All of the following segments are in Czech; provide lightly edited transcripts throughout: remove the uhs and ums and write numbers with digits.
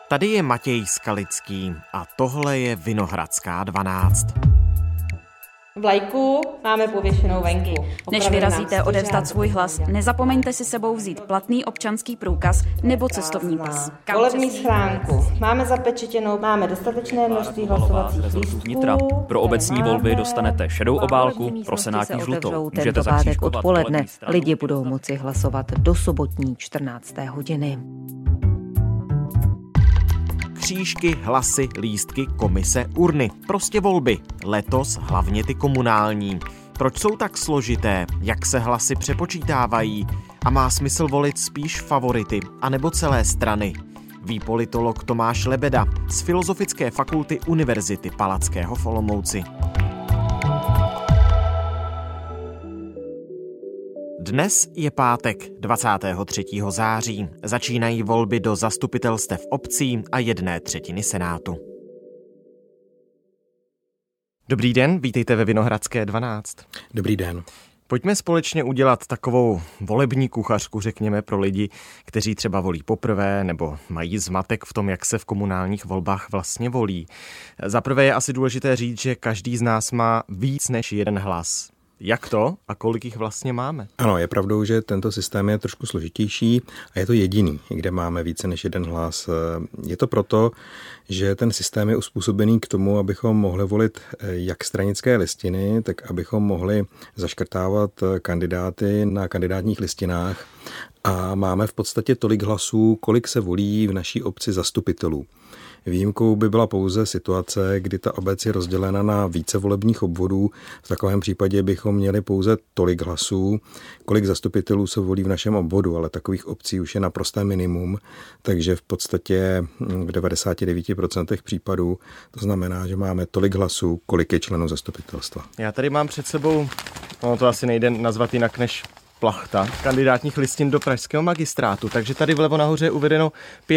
Tady je Matěj Skalický a tohle je Vinohradská 12. Vlajku máme pověšenou venku. Než vyrazíte odevzdat svůj hlas, nezapomeňte si sebou vzít platný občanský průkaz nebo cestovní pas. Volební schránku máme zapečetěnou, máme dostatečné množství hlasovacích lístků. Vnitra. Pro obecní volby dostanete šedou obálku, pro senátní žlutou. Můžete zakřížkovat odpoledne. Lidi budou moci hlasovat do sobotní 14. hodiny. Křížky, hlasy, lístky, komise, urny. Prostě volby. Letos hlavně ty komunální. Proč jsou tak složité? Jak se hlasy přepočítávají? A má smysl volit spíš favority, anebo celé strany? Ví politolog Tomáš Lebeda z Filozofické fakulty Univerzity Palackého v Olomouci. Dnes je pátek 23. září. Začínají volby do zastupitelstev obcí a 1/3 Senátu. Dobrý den, vítejte ve Vinohradské 12. Dobrý den. Pojďme společně udělat takovou volební kuchařku, řekněme, pro lidi, kteří třeba volí poprvé nebo mají zmatek v tom, jak se v komunálních volbách vlastně volí. Za prvé je asi důležité říct, že každý z nás má víc než jeden hlas. Jak to a kolik jich vlastně máme? Ano, je pravdou, že tento systém je trošku složitější a je to jediný, kde máme více než jeden hlas. Je to proto, že ten systém je uspůsobený k tomu, abychom mohli volit jak stranické listiny, tak abychom mohli zaškrtávat kandidáty na kandidátních listinách a máme v podstatě tolik hlasů, kolik se volí v naší obci zastupitelů. Výjimkou by byla pouze situace, kdy ta obec je rozdělena na více volebních obvodů. V takovém případě bychom měli pouze tolik hlasů, kolik zastupitelů se volí v našem obvodu, ale takových obcí už je naprosté minimum, takže v podstatě v 99% případů to znamená, že máme tolik hlasů, kolik je členů zastupitelstva. Já tady mám před sebou, to asi nejde nazvat jinak než plachta kandidátních listin do pražského magistrátu, takže tady vlevo nahoře je uvedeno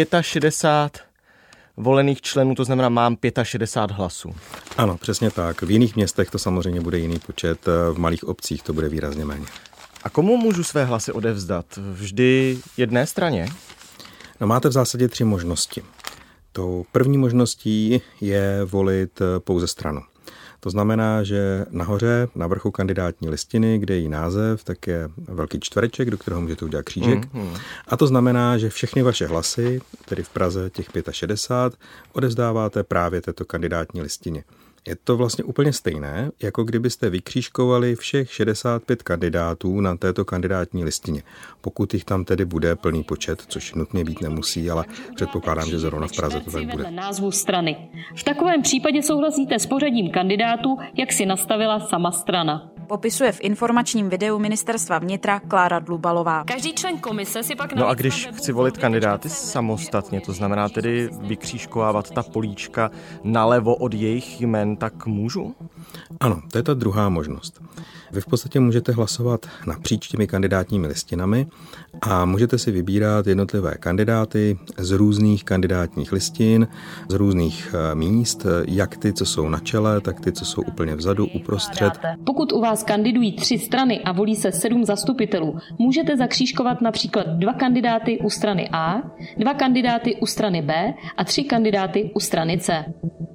65 volených členů, to znamená, mám 65 hlasů. Ano, přesně tak. V jiných městech to samozřejmě bude jiný počet, v malých obcích to bude výrazně méně. A komu můžu své hlasy odevzdat? Vždy jedné straně? No, máte v zásadě 3 možnosti. Tou první možností je volit pouze stranu. To znamená, že nahoře, na vrchu kandidátní listiny, kde je její název, tak je velký čtvereček, do kterého můžete udělat křížek. A to znamená, že všechny vaše hlasy, tedy v Praze těch 65, odevzdáváte právě této kandidátní listině. Je to vlastně úplně stejné, jako kdybyste vykřížkovali všech 65 kandidátů na této kandidátní listině. Pokud jich tam tedy bude plný počet, což nutně být nemusí, ale předpokládám, že zrovna v Praze to tak bude. Názvu strany. V takovém případě souhlasíte s pořadím kandidátů, jak si nastavila sama strana. Popisuje v informačním videu Ministerstva vnitra Klára Dlubalová. Každý člen komise si pak... No a když chci volit kandidáty samostatně, to znamená tedy vykřížkovávat ta políčka nalevo od jejich jmen, tak můžu? Ano, to je ta druhá možnost. Vy v podstatě můžete hlasovat napříč těmi kandidátními listinami a můžete si vybírat jednotlivé kandidáty z různých kandidátních listin, z různých míst, jak ty, co jsou na čele, tak ty, co jsou úplně vzadu, uprostřed. Pokud u vás kandidují 3 strany a volí se 7 zastupitelů, můžete zakřížkovat například 2 kandidáty u strany A, 2 kandidáty u strany B a 3 kandidáty u strany C.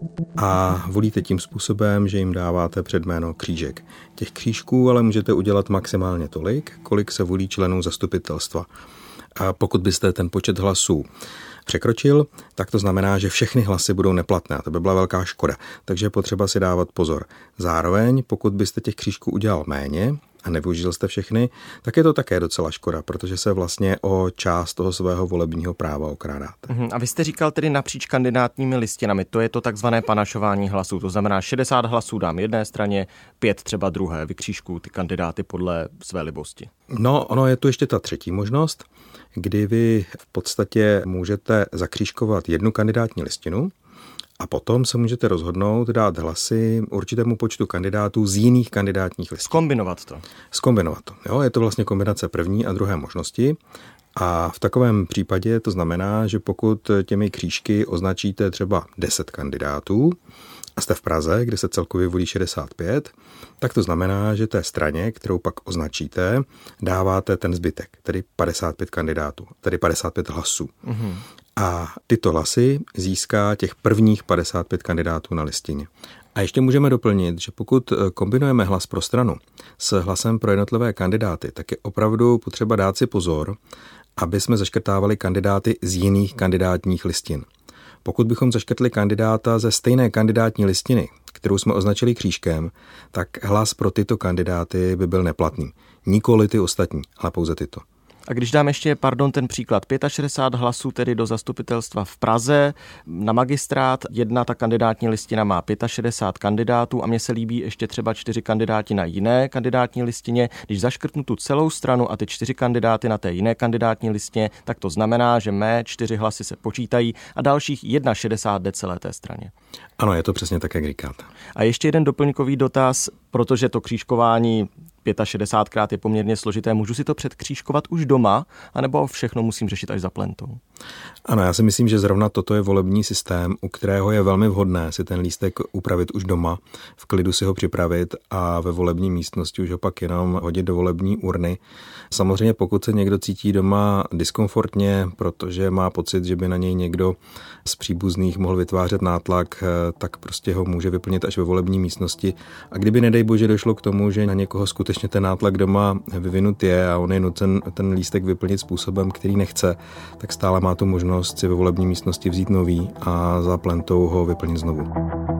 A volíte tím způsobem, že jim dáváte před jméno křížek. Těch křížků ale můžete udělat maximálně tolik, kolik se volí členů zastupitelstva. A pokud byste ten počet hlasů překročil, tak to znamená, že všechny hlasy budou neplatné. To by byla velká škoda. Takže je potřeba si dávat pozor. Zároveň, pokud byste těch křížků udělal méně a nevyužil jste všechny, tak je to také docela škoda, protože se vlastně o část toho svého volebního práva okrádáte. A vy jste říkal tedy napříč kandidátními listinami, to je to takzvané panašování hlasů, to znamená 60 hlasů dám jedné straně, 5 třeba druhé, vykřížkuju ty kandidáty podle své libosti. No, ono je tu ještě ta třetí možnost, kdy vy v podstatě můžete zakřížkovat jednu kandidátní listinu a potom se můžete rozhodnout dát hlasy určitému počtu kandidátů z jiných kandidátních listin. Zkombinovat to. Jo, je to vlastně kombinace první a druhé možnosti. A v takovém případě to znamená, že pokud těmi křížky označíte třeba 10 kandidátů a jste v Praze, kde se celkově volí 65, tak to znamená, že té straně, kterou pak označíte, dáváte ten zbytek, tedy 55 kandidátů, tedy 55 hlasů. A tyto hlasy získá těch prvních 55 kandidátů na listině. A ještě můžeme doplnit, že pokud kombinujeme hlas pro stranu s hlasem pro jednotlivé kandidáty, tak je opravdu potřeba dát si pozor, aby jsme zaškrtávali kandidáty z jiných kandidátních listin. Pokud bychom zaškrtli kandidáta ze stejné kandidátní listiny, kterou jsme označili křížkem, tak hlas pro tyto kandidáty by byl neplatný. Nikoli ty ostatní, ale pouze tyto. A když dám ještě, ten příklad, 65 hlasů tedy do zastupitelstva v Praze, na magistrát, jedna ta kandidátní listina má 65 kandidátů a mně se líbí ještě třeba 4 kandidáti na jiné kandidátní listině. Když zaškrtnu tu celou stranu a ty 4 kandidáty na té jiné kandidátní listině, tak to znamená, že mé 4 hlasy se počítají a dalších 61 jde celé té straně. Ano, je to přesně tak, jak říkáte. A ještě jeden doplňkový dotaz, protože to křížkování 65krát je poměrně složité. Můžu si to předkřížkovat už doma, anebo všechno musím řešit až za plentou? Ano, já si myslím, že zrovna toto je volební systém, u kterého je velmi vhodné si ten lístek upravit už doma, v klidu si ho připravit a ve volební místnosti už ho pak jenom hodit do volební urny. Samozřejmě pokud se někdo cítí doma diskomfortně, protože má pocit, že by na něj někdo z příbuzných mohl vytvářet nátlak, tak prostě ho může vyplnit až ve volební místnosti. A kdyby nedej bože došlo k tomu, že na někoho skutečně ten nátlak doma vyvinut je a on je nucen ten lístek vyplnit způsobem, který nechce, tak stále má tu možnost si ve volební místnosti vzít nový a za plentou ho vyplnit znovu.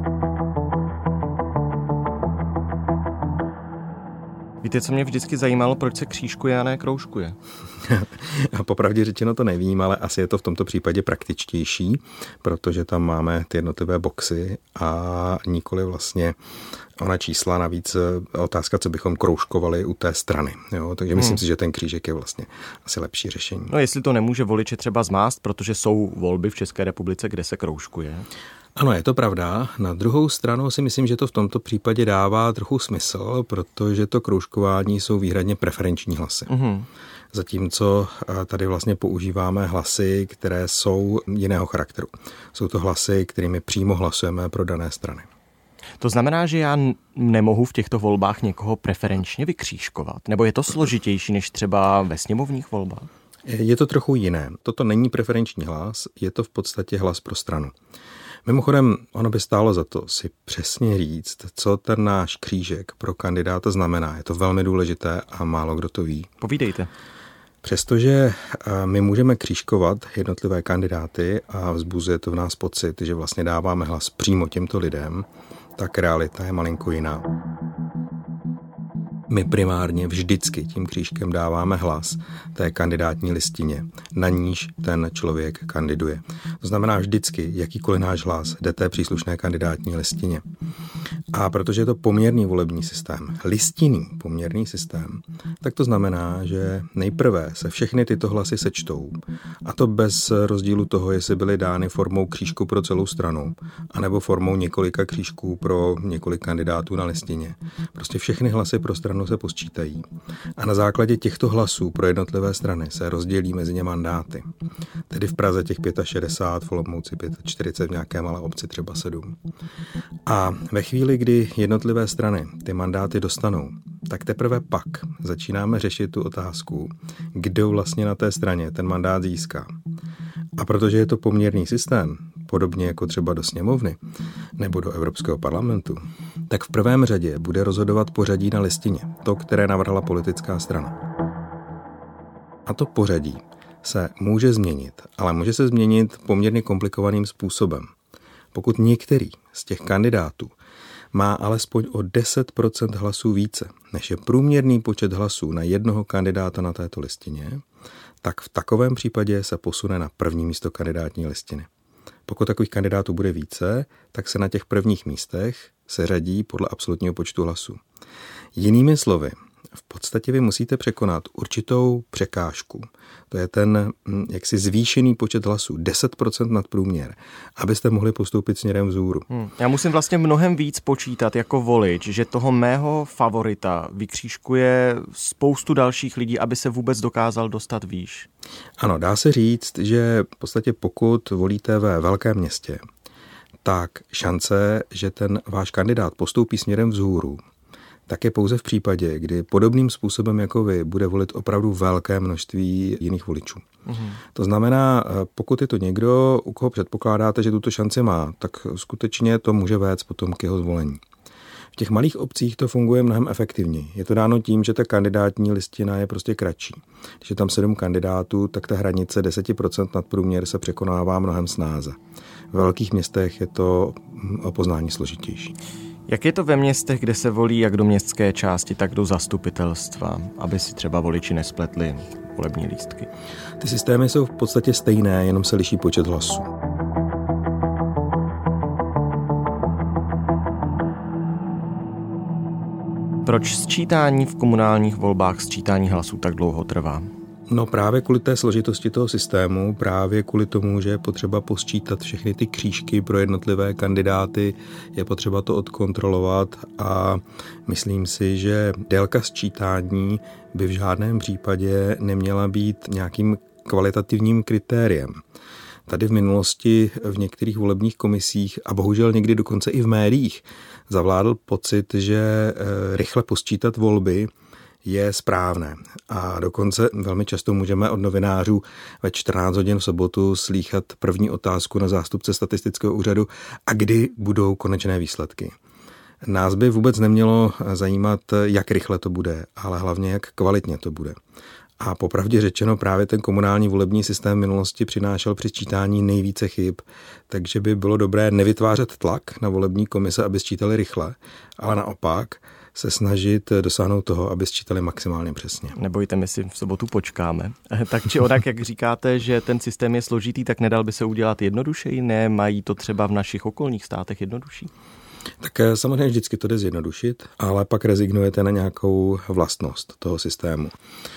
Víte, co mě vždycky zajímalo, proč se křížkuje a ne kroužkuje? A popravdě řečeno to nevím, ale asi je to v tomto případě praktičtější, protože tam máme ty jednotlivé boxy a nikoli vlastně ona čísla, navíc otázka, co bychom kroužkovali u té strany. Jo? Takže myslím si, že ten křížek je vlastně asi lepší řešení. No jestli to nemůže voliče třeba zmást, protože jsou volby v České republice, kde se kroužkuje. Ano, je to pravda. Na druhou stranu si myslím, že to v tomto případě dává trochu smysl, protože to kroužkování jsou výhradně preferenční hlasy. Zatímco tady vlastně používáme hlasy, které jsou jiného charakteru. Jsou to hlasy, kterými přímo hlasujeme pro dané strany. To znamená, že já nemohu v těchto volbách někoho preferenčně vykřížkovat? Nebo je to složitější než třeba ve sněmovních volbách? Je to trochu jiné. Toto není preferenční hlas, je to v podstatě hlas pro stranu. Mimochodem, ono by stálo za to si přesně říct, co ten náš křížek pro kandidáta znamená. Je to velmi důležité a málo kdo to ví. Povídejte. Přestože my můžeme křížkovat jednotlivé kandidáty a vzbuzuje to v nás pocit, že vlastně dáváme hlas přímo těmto lidem, tak realita je malinko jiná. My primárně vždycky tím křížkem dáváme hlas té kandidátní listině, na níž ten člověk kandiduje. To znamená vždycky, jakýkoliv náš hlas jde té příslušné kandidátní listině. A protože je to poměrný volební systém, listinný poměrný systém, tak to znamená, že nejprve se všechny tyto hlasy sečtou, a to bez rozdílu toho, jestli byly dány formou křížku pro celou stranu, anebo formou několika křížků pro několik kandidátů na listině. Prostě všechny hlasy pro stranu se posčítají. A na základě těchto hlasů pro jednotlivé strany se rozdělí mezi ně mandáty. Tedy v Praze těch 65, v Olomouci 45, v nějaké malé obci třeba 7. A ve chvíli, kdy jednotlivé strany ty mandáty dostanou, tak teprve pak začínáme řešit tu otázku, kdo vlastně na té straně ten mandát získá. A protože je to poměrný systém, podobně jako třeba do sněmovny nebo do Evropského parlamentu, tak v prvém řadě bude rozhodovat pořadí na listině, to, které navrhla politická strana. A to pořadí se může změnit, ale může se změnit poměrně komplikovaným způsobem. Pokud některý z těch kandidátů má alespoň o 10% hlasů více, než je průměrný počet hlasů na jednoho kandidáta na této listině, tak v takovém případě se posune na první místo kandidátní listiny. Pokud takových kandidátů bude více, tak se na těch prvních místech seřadí podle absolutního počtu hlasů. Jinými slovy, v podstatě vy musíte překonat určitou překážku. To je ten jaksi zvýšený počet hlasů, 10% nad průměr, abyste mohli postoupit směrem vzhůru. Já musím vlastně mnohem víc počítat jako volič, že toho mého favorita vykřížkuje spoustu dalších lidí, aby se vůbec dokázal dostat výš. Ano, dá se říct, že v podstatě pokud volíte ve velkém městě, tak šance, že ten váš kandidát postoupí směrem vzhůru, tak je pouze v případě, kdy podobným způsobem jako vy bude volit opravdu velké množství jiných voličů. To znamená, pokud je to někdo, u koho předpokládáte, že tuto šanci má, tak skutečně to může vést potom k jeho zvolení. V těch malých obcích to funguje mnohem efektivněji. Je to dáno tím, že ta kandidátní listina je prostě kratší. Když je tam 7 kandidátů, tak ta hranice 10% nadprůměr se překonává mnohem snáze. Ve velkých městech je to o poznání složitější. Jak je to ve městech, kde se volí jak do městské části, tak do zastupitelstva, aby si třeba voliči nespletli volební lístky? Ty systémy jsou v podstatě stejné, jenom se liší počet hlasů. Proč sčítání v komunálních volbách sčítání hlasů tak dlouho trvá? No právě kvůli té složitosti toho systému, právě kvůli tomu, že je potřeba posčítat všechny ty křížky pro jednotlivé kandidáty, je potřeba to odkontrolovat a myslím si, že délka sčítání by v žádném případě neměla být nějakým kvalitativním kritériem. Tady v minulosti v některých volebních komisích a bohužel někdy dokonce i v médiích zavládl pocit, že rychle posčítat volby je správné. A dokonce velmi často můžeme od novinářů ve 14 hodin v sobotu slýchat první otázku na zástupce statistického úřadu, a kdy budou konečné výsledky. Nás by vůbec nemělo zajímat, jak rychle to bude, ale hlavně, jak kvalitně to bude. A popravdě řečeno, právě ten komunální volební systém v minulosti přinášel při sčítání nejvíce chyb, takže by bylo dobré nevytvářet tlak na volební komise, aby sčítali rychle, ale naopak se snažit dosáhnout toho, aby sčítali maximálně přesně. Nebojte, my si v sobotu počkáme. Tak či onak, jak říkáte, že ten systém je složitý, tak nedal by se udělat jednodušeji? Ne, mají to třeba v našich okolních státech jednodušší? Tak samozřejmě vždycky to jde zjednodušit, ale pak rezignujete na nějakou vlastnost toho systému.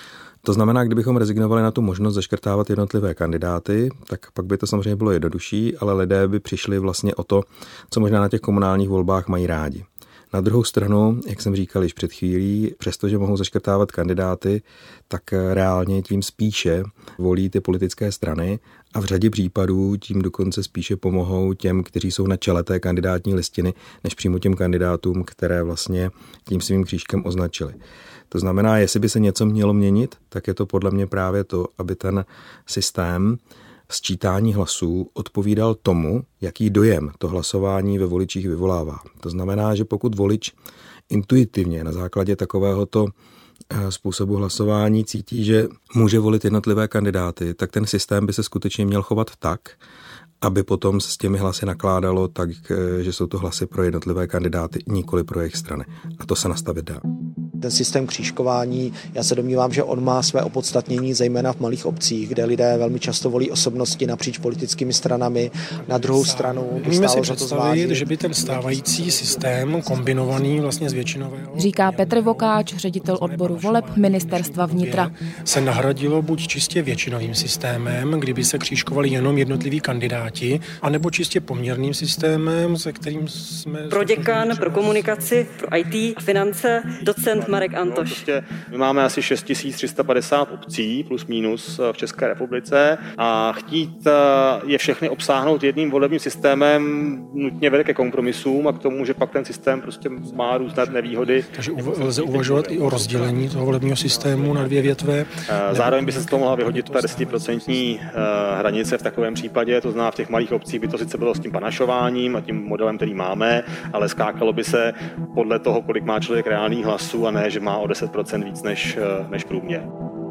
To znamená, kdybychom rezignovali na tu možnost zaškrtávat jednotlivé kandidáty, tak pak by to samozřejmě bylo jednodušší, ale lidé by přišli vlastně o to, co možná na těch komunálních volbách mají rádi. Na druhou stranu, jak jsem říkal již před chvílí, přestože mohou zaškrtávat kandidáty, tak reálně tím spíše volí ty politické strany a v řadě případů tím dokonce spíše pomohou těm, kteří jsou na čele té kandidátní listiny, než přímo těm kandidátům, které vlastně tím svým křížkem označili. To znamená, jestli by se něco mělo měnit, tak je to podle mě právě to, aby ten systém sčítání hlasů odpovídal tomu, jaký dojem to hlasování ve voličích vyvolává. To znamená, že pokud volič intuitivně na základě takovéhoto způsobu hlasování cítí, že může volit jednotlivé kandidáty, tak ten systém by se skutečně měl chovat tak, aby potom s těmi hlasy nakládalo tak, že jsou to hlasy pro jednotlivé kandidáty, nikoli pro jejich strany. A to se nastavit dá. Ten systém křížkování, já se domnívám, že on má své opodstatnění zejména v malých obcích, kde lidé velmi často volí osobnosti napříč politickými stranami. Na druhou stranu můžeme si představit, že by ten stávající systém kombinovaný vlastně z většinového, říká Petr Vokáč, ředitel odboru voleb Ministerstva vnitra, se nahradilo buď čistě většinovým systémem, kdyby se křížkovali jenom jednotliví kandidáti, anebo čistě poměrným systémem, se kterým jsme... Proděkan pro komunikaci, pro IT a finance, docent Marek Antoš. Prostě my máme asi 6350 obcí plus minus v České republice a chtít je všechny obsáhnout jedním volebním systémem nutně vede ke kompromisům a k tomu, že pak ten systém prostě má různé nevýhody. Takže lze uvažovat i o rozdělení toho volebního systému na 2 větve. Zároveň by se z toho mohla vyhodit 10% hranice v takovém případě, to znamená v těch malých obcích by to sice bylo s tím panašováním a tím modelem, který máme, ale skákalo by se podle toho, kolik má člověk reálných hlasů a ne, že má o 10% víc než průměr.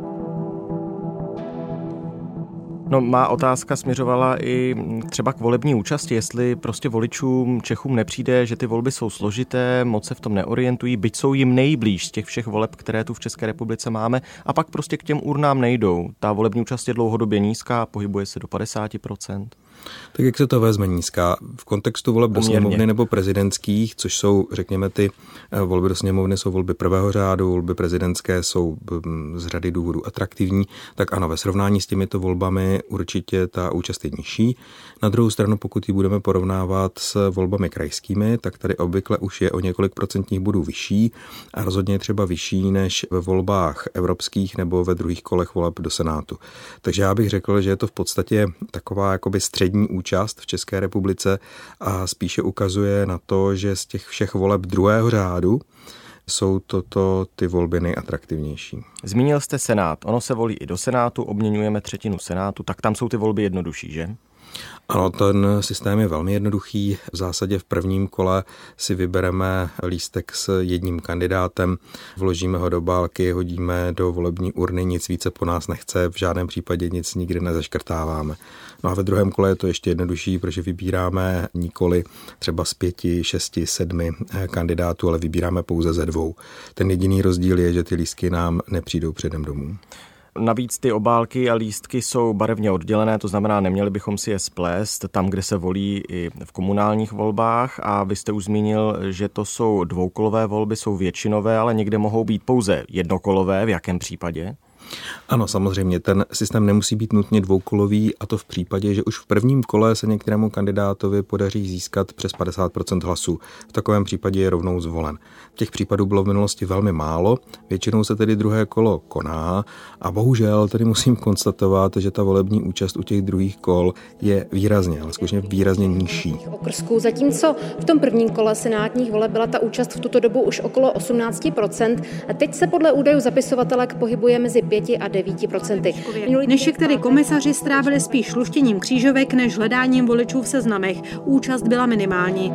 No, má otázka směřovala i třeba k volební účasti, jestli prostě voličům Čechům nepřijde, že ty volby jsou složité, moc se v tom neorientují, byť jsou jim nejblíž z těch všech voleb, které tu v České republice máme, a pak prostě k těm urnám nejdou. Ta volební účast je dlouhodobě nízká, pohybuje se do 50%. Tak jak se to vezme nízká? V kontextu voleb do sněmovny nebo prezidentských, což jsou, řekněme, ty volby do sněmovny jsou volby prvého řádu, volby prezidentské jsou z řady důvodů atraktivní, tak ano, ve srovnání s těmito volbami určitě ta účast je nižší. Na druhou stranu, pokud ji budeme porovnávat s volbami krajskými, tak tady obvykle už je o několik procentních bodů vyšší a rozhodně třeba vyšší než ve volbách evropských nebo ve druhých kolech voleb do Senátu. Takže já bych řekl, že je to v podstatě taková jakoby střední účast v České republice a spíše ukazuje na to, že z těch všech voleb druhého řádu jsou toto ty volby nejatraktivnější. Zmínil jste Senát. Ono se volí i do Senátu, obměňujeme třetinu Senátu, tak tam jsou ty volby jednodušší, že? Ano, ten systém je velmi jednoduchý. V zásadě v prvním kole si vybereme lístek s jedním kandidátem, vložíme ho do bálky, hodíme do volební urny, nic více po nás nechce, v žádném případě nic nikdy nezaškrtáváme. No a ve druhém kole je to ještě jednodušší, protože vybíráme nikoli třeba z 5, 6, 7 kandidátů, ale vybíráme pouze ze 2. Ten jediný rozdíl je, že ty lístky nám nepřijdou předem domů. Navíc ty obálky a lístky jsou barevně oddělené, to znamená, neměli bychom si je splést tam, kde se volí i v komunálních volbách, a vy jste už zmínil, že to jsou dvoukolové volby, jsou většinové, ale někde mohou být pouze jednokolové. V jakém případě? Ano, samozřejmě, ten systém nemusí být nutně dvoukolový, a to v případě, že už v prvním kole se některému kandidátovi podaří získat přes 50% hlasů. V takovém případě je rovnou zvolen. Těch případů bylo v minulosti velmi málo, většinou se tedy druhé kolo koná a bohužel tedy musím konstatovat, že ta volební účast u těch druhých kol je výrazně, ale skutečně výrazně nižší. Okrsků, zatímco v tom prvním kole senátních voleb byla ta účast v tuto dobu už okolo 18%, a teď se podle údajů zapisovatelek pohybuje mezi 5 a 9%. Dnešek tedy komisaři strávili spíš luštěním křížovek než hledáním voličů v seznamech. Účast byla minimální.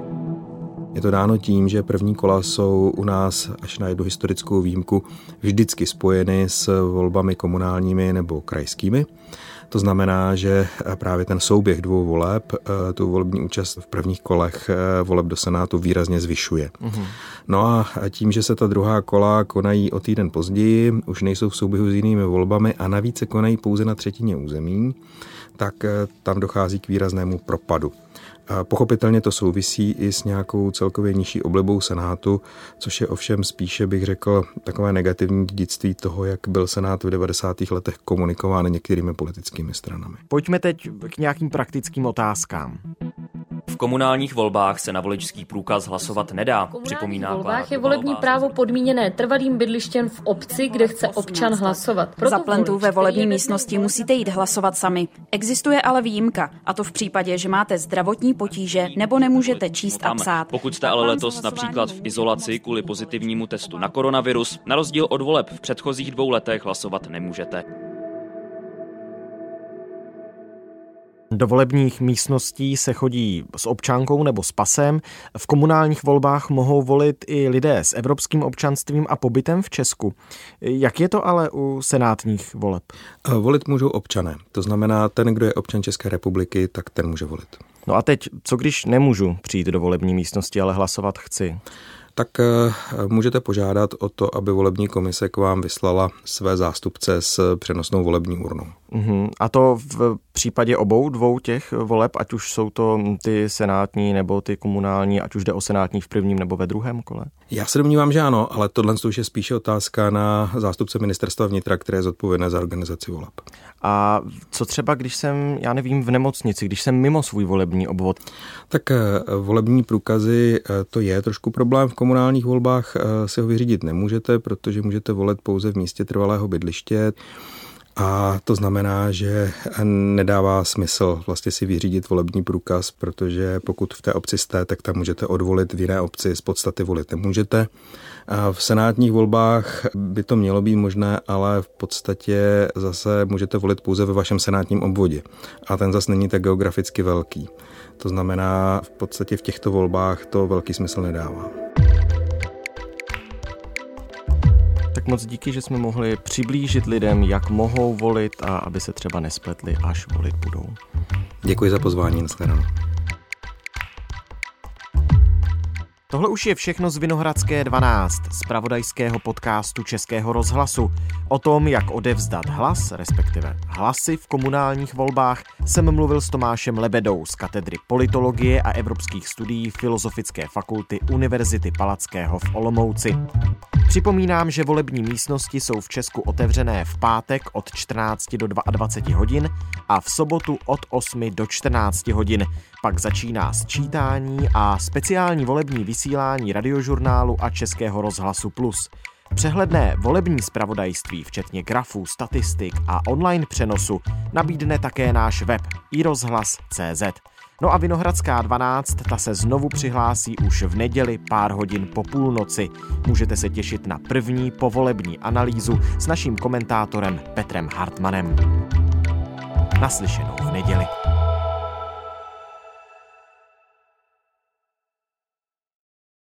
Je to dáno tím, že první kola jsou u nás až na jednu historickou výjimku vždycky spojeny s volbami komunálními nebo krajskými. To znamená, že právě ten souběh 2 voleb tu volební účast v prvních kolech voleb do Senátu výrazně zvyšuje. No a tím, že se ta druhá kola konají o týden později, už nejsou v souběhu s jinými volbami a navíc se konají pouze na třetině území, tak tam dochází k výraznému propadu. Pochopitelně to souvisí i s nějakou celkově nižší oblibou Senátu, což je ovšem spíše, bych řekl, takové negativní dědictví toho, jak byl Senát v 90. letech komunikován některými politickými stranami. Pojďme teď k nějakým praktickým otázkám. V komunálních volbách se na voličský průkaz hlasovat nedá, připomíná Klára. V volbách je volební právo podmíněné trvalým bydlištěm v obci, kde chce občan hlasovat. Za plentu ve volební místnosti musíte jít hlasovat sami. Existuje ale výjimka, a to v případě, že máte zdravotní potíže nebo nemůžete číst a psát. Pokud jste ale letos například v izolaci kvůli pozitivnímu testu na koronavirus, na rozdíl od voleb v předchozích 2 letech hlasovat nemůžete. Do volebních místností se chodí s občankou nebo s pasem. V komunálních volbách mohou volit i lidé s evropským občanstvím a pobytem v Česku. Jak je to ale u senátních voleb? Volit můžou občané. To znamená, ten, kdo je občan České republiky, tak ten může volit. No a teď, co když nemůžu přijít do volební místnosti, ale hlasovat chci? Tak můžete požádat o to, aby volební komise k vám vyslala své zástupce s přenosnou volební urnou. A to v případě obou 2 těch voleb, ať už jsou to ty senátní nebo ty komunální, ať už jde o senátní v prvním nebo ve druhém kole? Já se domnívám, že ano, ale tohle už je spíše otázka na zástupce ministerstva vnitra, které je zodpovědné za organizaci voleb. A co třeba, když jsem, já nevím, v nemocnici, když jsem mimo svůj volební obvod? Tak volební průkazy, to je trošku problém. V komunálních volbách si ho vyřídit nemůžete, protože můžete volit pouze v místě trvalého bydliště. A to znamená, že nedává smysl vlastně si vyřídit volební průkaz, protože pokud v té obci jste, tak tam můžete odvolit, v jiné obci z podstaty volit nemůžete. A v senátních volbách by to mělo být možné, ale v podstatě zase můžete volit pouze ve vašem senátním obvodě. A ten zase není tak geograficky velký. To znamená, v podstatě v těchto volbách to velký smysl nedává. Tak moc díky, že jsme mohli přiblížit lidem, jak mohou volit a aby se třeba nespletli, až volit budou. Děkuji za pozvání, nashledanou. Tohle už je všechno z Vinohradské 12, zpravodajského podcastu Českého rozhlasu. O tom, jak odevzdat hlas, respektive hlasy v komunálních volbách, jsem mluvil s Tomášem Lebedou z katedry politologie a evropských studií Filozofické fakulty Univerzity Palackého v Olomouci. Připomínám, že volební místnosti jsou v Česku otevřené v pátek od 14 do 22 hodin a v sobotu od 8 do 14 hodin. Pak začíná sčítání a speciální volební vysílání Radiožurnálu a Českého rozhlasu Plus. Přehledné volební zpravodajství, včetně grafů, statistik a online přenosu, nabídne také náš web iRozhlas.cz. No a Vinohradská 12, ta se znovu přihlásí už v neděli pár hodin po půlnoci. Můžete se těšit na první povolební analýzu s naším komentátorem Petrem Hartmanem. Naslyšenou v neděli.